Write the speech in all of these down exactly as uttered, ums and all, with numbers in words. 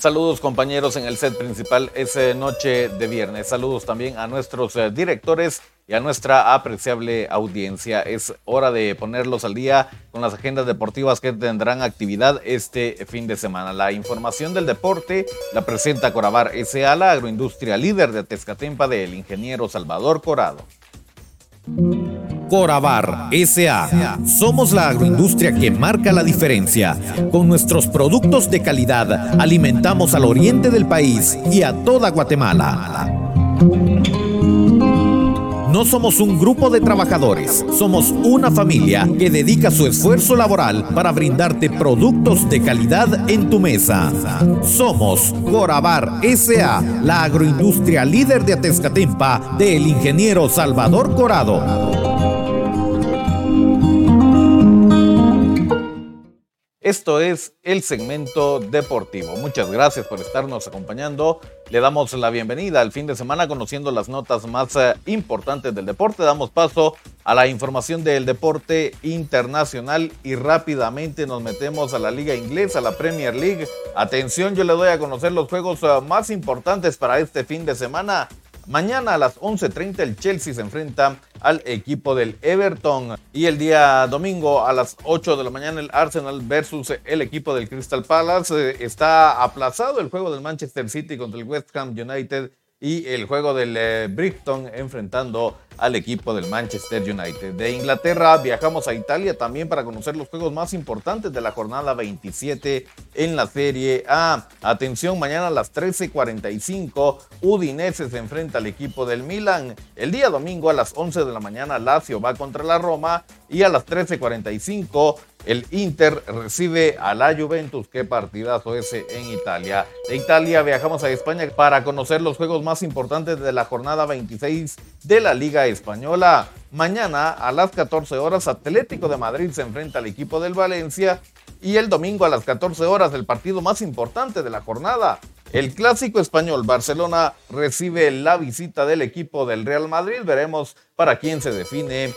Saludos compañeros en el set principal, es eh, noche de viernes. Saludos también a nuestros eh, directores y a nuestra apreciable audiencia. Es hora de ponerlos al día con las agendas deportivas que tendrán actividad este fin de semana. La información del deporte la presenta Corabar S A, la agroindustria líder de Tezcatempa, del ingeniero Salvador Corado. Corabar S A. Somos la agroindustria que marca la diferencia. Con nuestros productos de calidad alimentamos al oriente del país y a toda Guatemala. No somos un grupo de trabajadores, somos una familia que dedica su esfuerzo laboral para brindarte productos de calidad en tu mesa. Somos Corabar S A, la agroindustria líder de Tezcatempa, del ingeniero Salvador Corado. Esto es el segmento deportivo. Muchas gracias por estarnos acompañando. Le damos la bienvenida al fin de semana conociendo las notas más eh, importantes del deporte. Damos paso a la información del deporte internacional y rápidamente nos metemos a la liga inglesa, a la Premier League. Atención, yo le doy a conocer los juegos eh, más importantes para este fin de semana. Mañana a las once treinta el Chelsea se enfrenta al equipo del Everton y el día domingo a las ocho de la mañana el Arsenal versus el equipo del Crystal Palace. Está aplazado el juego del Manchester City contra el West Ham United y el juego del eh, Brighton enfrentando al equipo del Manchester United. De Inglaterra viajamos a Italia también para conocer los juegos más importantes de la jornada veintisiete en la Serie A. Atención, mañana a las trece cuarenta y cinco Udinese se enfrenta al equipo del Milan. El día domingo a las once de la mañana Lazio va contra la Roma y a las trece cuarenta y cinco el Inter recibe a la Juventus. Qué partidazo ese en Italia. De Italia viajamos a España para conocer los juegos más importantes de la jornada veintiséis de la Liga Española. Mañana a las catorce horas Atlético de Madrid se enfrenta al equipo del Valencia y el domingo a las catorce horas el partido más importante de la jornada. El clásico español, Barcelona recibe la visita del equipo del Real Madrid. Veremos para quién se define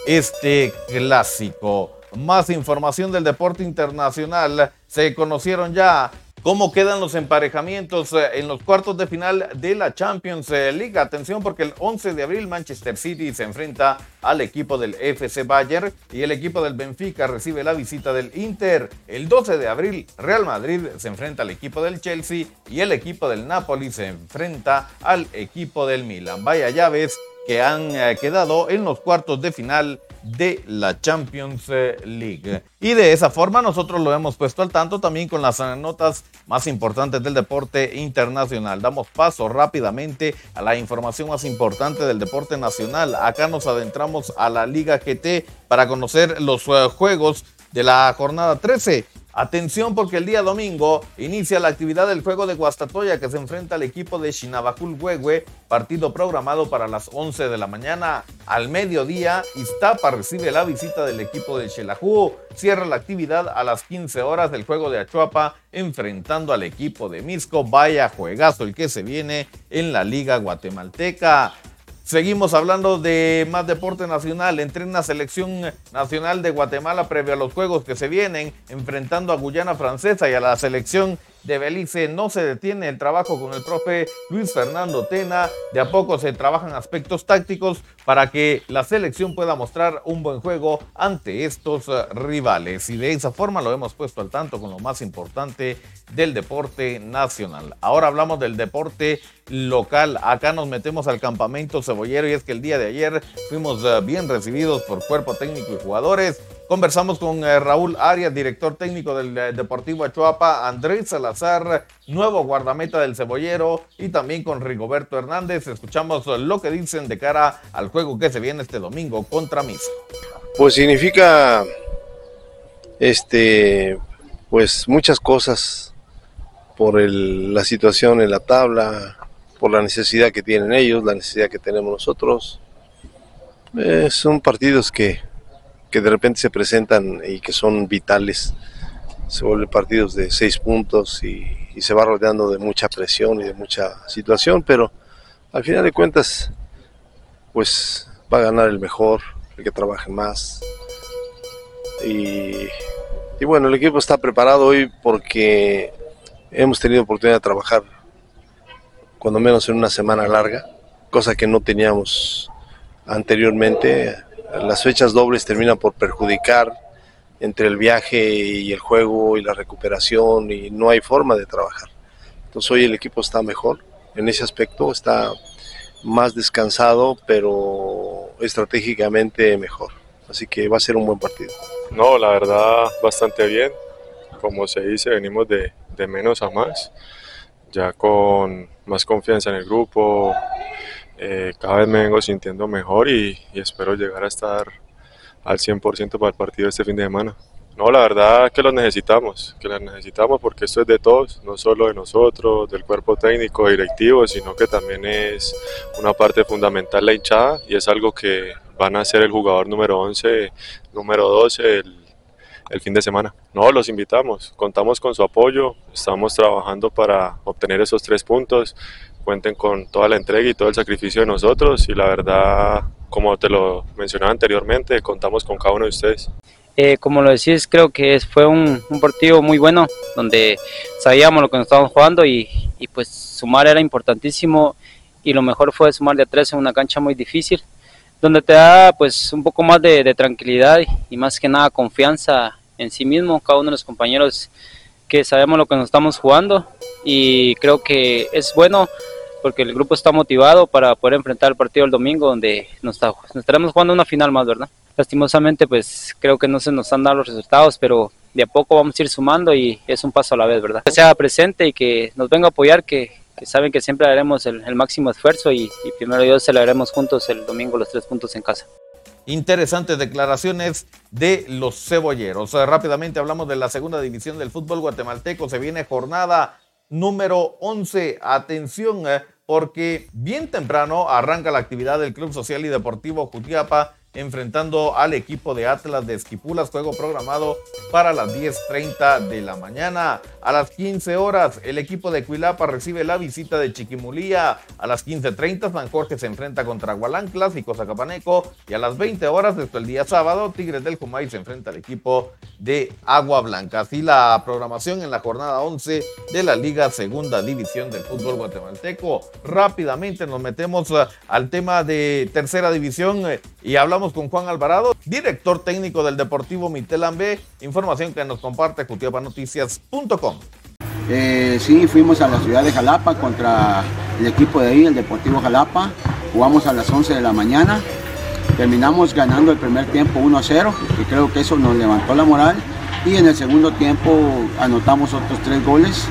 este clásico. Más información del deporte internacional. Se conocieron ya cómo quedan los emparejamientos en los cuartos de final de la Champions League. Atención porque el once de abril Manchester City se enfrenta al equipo del F C Bayern y el equipo del Benfica recibe la visita del Inter. El doce de abril Real Madrid se enfrenta al equipo del Chelsea y el equipo del Napoli se enfrenta al equipo del Milan. Vaya llaves que han eh, quedado en los cuartos de final de la Champions League. Y de esa forma nosotros lo hemos puesto al tanto también con las notas más importantes del deporte internacional. Damos paso rápidamente a la información más importante del deporte nacional. Acá nos adentramos a la Liga G T para conocer los uh, juegos de la jornada trece. Atención porque el día domingo inicia la actividad del juego de Guastatoya que se enfrenta al equipo de Xinabajul Huehue, partido programado para las once de la mañana. Al mediodía, Iztapa recibe la visita del equipo de Xelajú. Cierra la actividad a las quince horas del juego de Achuapa enfrentando al equipo de Misco. Vaya juegazo el que se viene en la Liga Guatemalteca. Seguimos hablando de más deporte nacional. Entrena selección nacional de Guatemala previo a los juegos que se vienen, enfrentando a Guyana Francesa y a la selección de Belice. No se detiene el trabajo con el profe Luis Fernando Tena. De a poco se trabajan aspectos tácticos para que la selección pueda mostrar un buen juego ante estos uh, rivales. Y de esa forma lo hemos puesto al tanto con lo más importante del deporte nacional. Ahora hablamos del deporte local. Acá nos metemos al campamento cebollero y es que el día de ayer fuimos uh, bien recibidos por cuerpo técnico y jugadores. Conversamos con eh, Raúl Arias, director técnico del eh, Deportivo Achuapa, Andrés Salazar, nuevo guardameta del Cebollero, y también con Rigoberto Hernández. Escuchamos eh, lo que dicen de cara al juego que se viene este domingo contra Misco. Pues significa este, pues muchas cosas por el, la situación en la tabla, por la necesidad que tienen ellos, la necesidad que tenemos nosotros. Eh, son partidos que que de repente se presentan y que son vitales, se vuelven partidos de seis puntos y, y se va rodeando de mucha presión y de mucha situación, pero al final de cuentas, pues va a ganar el mejor, el que trabaje más. Y, y bueno, el equipo está preparado hoy porque hemos tenido oportunidad de trabajar cuando menos en una semana larga, cosa que no teníamos anteriormente. Las fechas dobles terminan por perjudicar entre el viaje y el juego y la recuperación, y no hay forma de trabajar. Entonces hoy el equipo está mejor en ese aspecto, está más descansado, pero estratégicamente mejor. Así que va a ser un buen partido. No, la verdad, bastante bien. Como se dice, venimos de, de menos a más, ya con más confianza en el grupo. Eh, cada vez me vengo sintiendo mejor y, y espero llegar a estar al cien por ciento para el partido este fin de semana. No, la verdad que lo necesitamos, que lo necesitamos porque esto es de todos, no solo de nosotros, del cuerpo técnico, directivo, sino que también es una parte fundamental la hinchada y es algo que van a ser el jugador número once, número doce el, el fin de semana. No, los invitamos, contamos con su apoyo, estamos trabajando para obtener esos tres puntos, cuenten con toda la entrega y todo el sacrificio de nosotros y la verdad, como te lo mencionaba anteriormente, contamos con cada uno de ustedes. Eh, como lo decís, creo que fue un, un partido muy bueno, donde sabíamos lo que nos estábamos jugando y, y pues sumar era importantísimo y lo mejor fue sumar de a tres en una cancha muy difícil, donde te da pues un poco más de, de tranquilidad y más que nada confianza en sí mismo, cada uno de los compañeros que sabemos lo que nos estamos jugando y creo que es bueno porque el grupo está motivado para poder enfrentar el partido el domingo donde nos, está, nos estaremos jugando una final más, ¿verdad? Lastimosamente pues creo que no se nos han dado los resultados, pero de a poco vamos a ir sumando y es un paso a la vez, ¿verdad? Que sea presente y que nos venga a apoyar, que, que saben que siempre haremos el, el máximo esfuerzo y, y primero Dios celebraremos juntos el domingo los tres puntos en casa. Interesantes declaraciones de los cebolleros. Eh, rápidamente hablamos de la segunda división del fútbol guatemalteco. Se viene jornada número once. Atención, eh, porque bien temprano arranca la actividad del Club Social y Deportivo Jutiapa enfrentando al equipo de Atlas de Esquipulas, juego programado para las diez treinta de la mañana. A las quince horas, el equipo de Cuilapa recibe la visita de Chiquimulía. A las quince treinta, San Jorge se enfrenta contra Agualán, clásico Zacapaneco. Y a las veinte horas, desde el día sábado, Tigres del Jumay se enfrenta al equipo de Agua Blanca. Así la programación en la jornada once de la Liga Segunda División del Fútbol Guatemalteco. Rápidamente nos metemos uh, al tema de Tercera División uh, y hablamos con Juan Alvarado, director técnico del Deportivo Mitelán B. Información que nos comparte jutiapa noticias punto com. Eh, sí, fuimos a la ciudad de Jalapa contra el equipo de ahí, el Deportivo Jalapa. Jugamos a las once de la mañana. Terminamos ganando el primer tiempo uno a cero, y creo que eso nos levantó la moral. Y en el segundo tiempo anotamos otros tres goles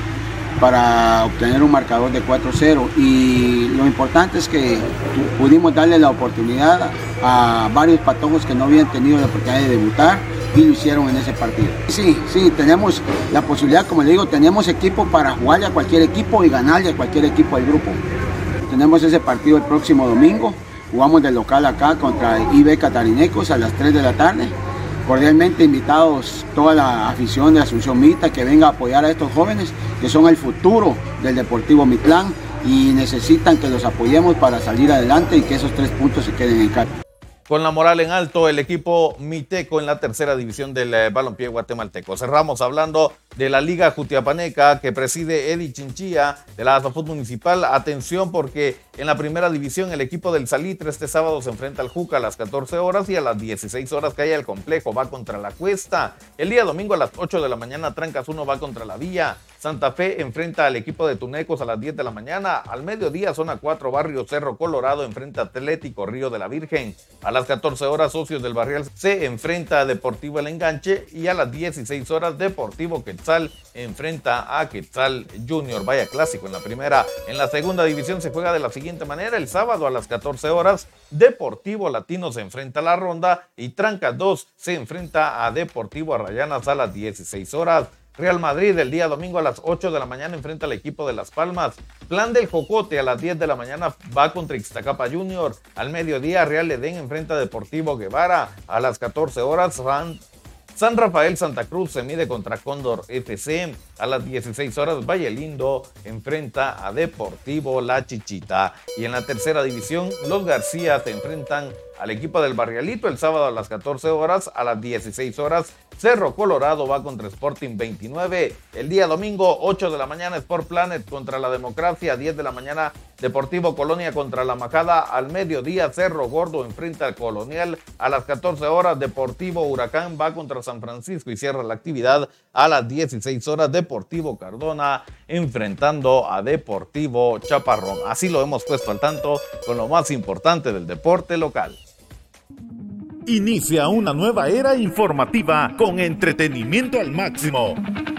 para obtener un marcador de cuatro cero, y lo importante es que pudimos darle la oportunidad a varios patojos que no habían tenido la oportunidad de debutar y lo hicieron en ese partido. Sí, sí, tenemos la posibilidad, como le digo, tenemos equipo para jugarle a cualquier equipo y ganarle a cualquier equipo del grupo. Tenemos ese partido el próximo domingo, jugamos de local acá contra I B Catarinecos a las tres de la tarde. Cordialmente invitados toda la afición de Asunción Mita que venga a apoyar a estos jóvenes que son el futuro del Deportivo Mitlán y necesitan que los apoyemos para salir adelante y que esos tres puntos se queden en casa. Con la moral en alto, el equipo miteco en la tercera división del eh, balompié guatemalteco. Cerramos hablando de la Liga Jutiapaneca que preside Eddie Chinchilla de la ASAFUT Municipal. Atención porque en la primera división el equipo del Salitre este sábado se enfrenta al Juca a las catorce horas y a las dieciséis horas cae el complejo, va contra la Cuesta. El día domingo a las ocho de la mañana Trancas uno va contra la Villa. Santa Fe enfrenta al equipo de Tunecos a las diez de la mañana. Al mediodía, zona cuatro, Barrio Cerro Colorado enfrenta a Atlético Río de la Virgen. A las catorce horas, Socios del Barrial se enfrenta a Deportivo El Enganche. Y a las dieciséis horas, Deportivo Quetzal enfrenta a Quetzal Junior. Vaya clásico en la primera. En la segunda división se juega de la siguiente manera. El sábado a las catorce horas, Deportivo Latino se enfrenta a La Ronda. Y Trancas dos se enfrenta a Deportivo Arrayanas a las dieciséis horas. Real Madrid el día domingo a las ocho de la mañana enfrenta al equipo de Las Palmas. Plan del Jocote a las diez de la mañana va contra Ixtacapa Junior. Al mediodía Real Edén enfrenta a Deportivo Guevara. A las catorce horas San, San Rafael Santa Cruz se mide contra Cóndor F C. A las dieciséis horas, Valle Lindo enfrenta a Deportivo La Chichita. Y en la tercera división, los García se enfrentan al equipo del Barrialito el sábado a las catorce horas. A las dieciséis horas, Cerro Colorado va contra Sporting veintinueve. El día domingo, ocho de la mañana, Sport Planet contra la Democracia. diez de la mañana, Deportivo Colonia contra la Majada. Al mediodía, Cerro Gordo enfrenta al Colonial. A las catorce horas, Deportivo Huracán va contra San Francisco y cierra la actividad. A las dieciséis horas, Deportivo Cardona enfrentando a Deportivo Chaparrón. Así lo hemos puesto al tanto con lo más importante del deporte local. Inicia una nueva era informativa con entretenimiento al máximo.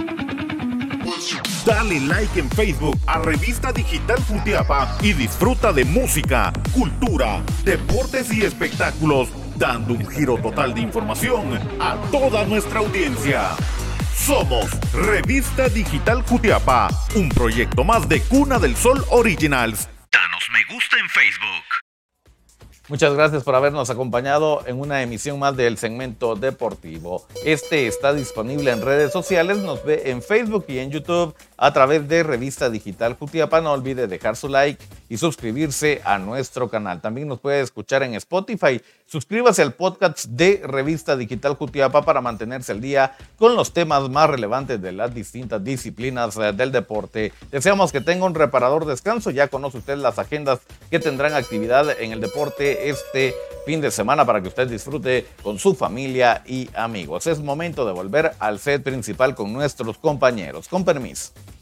Dale like en Facebook a Revista Digital Jutiapa y disfruta de música, cultura, deportes y espectáculos, dando un giro total de información a toda nuestra audiencia. Somos Revista Digital Jutiapa, un proyecto más de Cuna del Sol Originals. Danos me gusta en Facebook. Muchas gracias por habernos acompañado en una emisión más del segmento deportivo. Este está disponible en redes sociales, nos ve en Facebook y en YouTube a través de Revista Digital Jutiapa. No olvide dejar su like y suscribirse a nuestro canal. También nos puede escuchar en Spotify. Suscríbase al podcast de Revista Digital Jutiapa para mantenerse al día con los temas más relevantes de las distintas disciplinas del deporte. Deseamos que tenga un reparador descanso. Ya conoce usted las agendas que tendrán actividad en el deporte este fin de semana para que usted disfrute con su familia y amigos. Es momento de volver al set principal con nuestros compañeros. Con permiso.